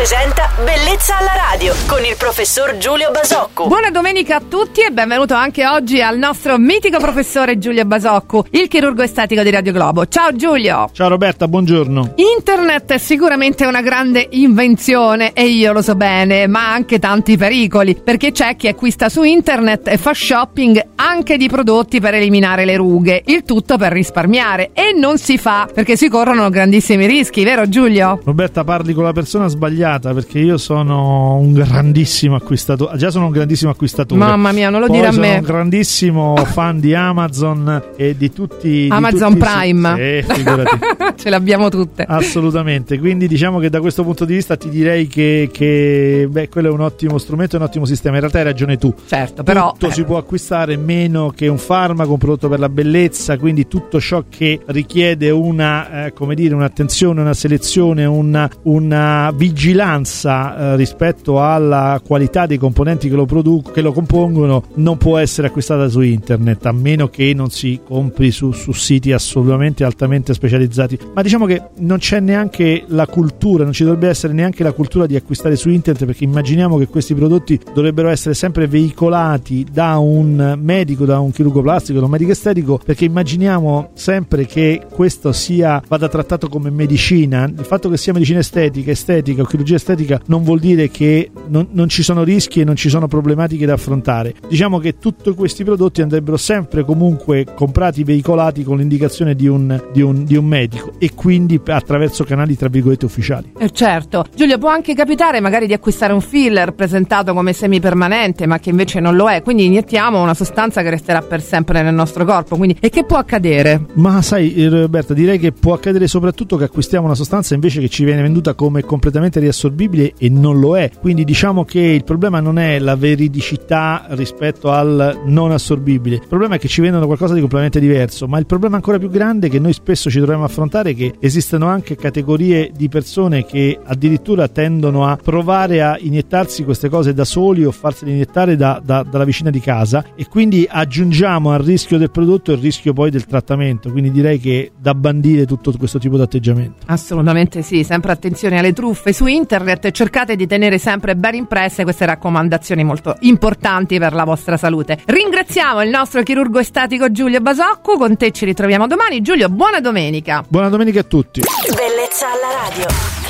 presenta Bellezza alla radio con il professor Giulio Basocco. Buona domenica a tutti e benvenuto anche oggi al nostro mitico professore Giulio Basocco, il chirurgo estetico di Radio Globo. Ciao Giulio. Ciao Roberta, buongiorno. Internet è sicuramente una grande invenzione e io lo so bene, ma ha anche tanti pericoli, perché c'è chi acquista su internet e fa shopping anche di prodotti per eliminare le rughe, il tutto per risparmiare, e non si fa perché si corrono grandissimi rischi, vero Giulio? Roberta, parli con la persona sbagliata, perché io sono un grandissimo acquistatore. Già sono un grandissimo acquistatore. Mamma mia, non lo poi dire a me. Sono un grandissimo fan di Amazon e di tutti Amazon Prime. Figurati. Ce l'abbiamo tutte. Assolutamente. Quindi diciamo che da questo punto di vista ti direi che quello è un ottimo strumento, è un ottimo sistema. In realtà hai ragione tu. Certo, però tutto si può acquistare, meno che un farmaco, un prodotto per la bellezza, quindi tutto ciò che richiede un'attenzione, una selezione, una vigilanza rispetto alla qualità dei componenti che lo compongono, non può essere acquistata su internet, a meno che non si compri su siti assolutamente altamente specializzati. Ma diciamo che non c'è neanche la cultura, non ci dovrebbe essere neanche la cultura di acquistare su internet, perché immaginiamo che questi prodotti dovrebbero essere sempre veicolati da un medico, da un chirurgo plastico, da un medico estetico, perché immaginiamo sempre che questo vada trattato come medicina. Il fatto che sia medicina estetica o chirurgia estetica non vuol dire che non ci sono rischi e non ci sono problematiche da affrontare. Diciamo che tutti questi prodotti andrebbero sempre comunque comprati, veicolati con l'indicazione di un medico, e quindi attraverso canali tra virgolette ufficiali. Certo. Giulio, può anche capitare magari di acquistare un filler presentato come semipermanente ma che invece non lo è, quindi iniettiamo una sostanza che resterà per sempre nel nostro corpo, quindi, e che può accadere? Ma sai Roberta, direi che può accadere soprattutto che acquistiamo una sostanza invece che ci viene venduta come completamente riassorbibile e non lo è. Quindi diciamo che il problema non è la veridicità rispetto al non assorbibile, il problema è che ci vendono qualcosa di completamente diverso. Ma il problema ancora più grande che noi spesso ci dovremmo affrontare è che esistono anche categorie di persone che addirittura tendono a provare a iniettarsi queste cose da soli o farsele iniettare dalla vicina di casa, e quindi aggiungiamo al rischio del prodotto il rischio poi del trattamento. Quindi direi che da bandire tutto questo tipo di atteggiamento. Assolutamente sì, sempre attenzione alle truffe su internet, cercate di tenere sempre ben impresse queste raccomandazioni molto importanti per la vostra salute. Ringraziamo il nostro chirurgo estetico Giulio Basocco, con te ci ritroviamo domani. Giulio, buona domenica. Buona domenica a tutti. Bellezza alla radio.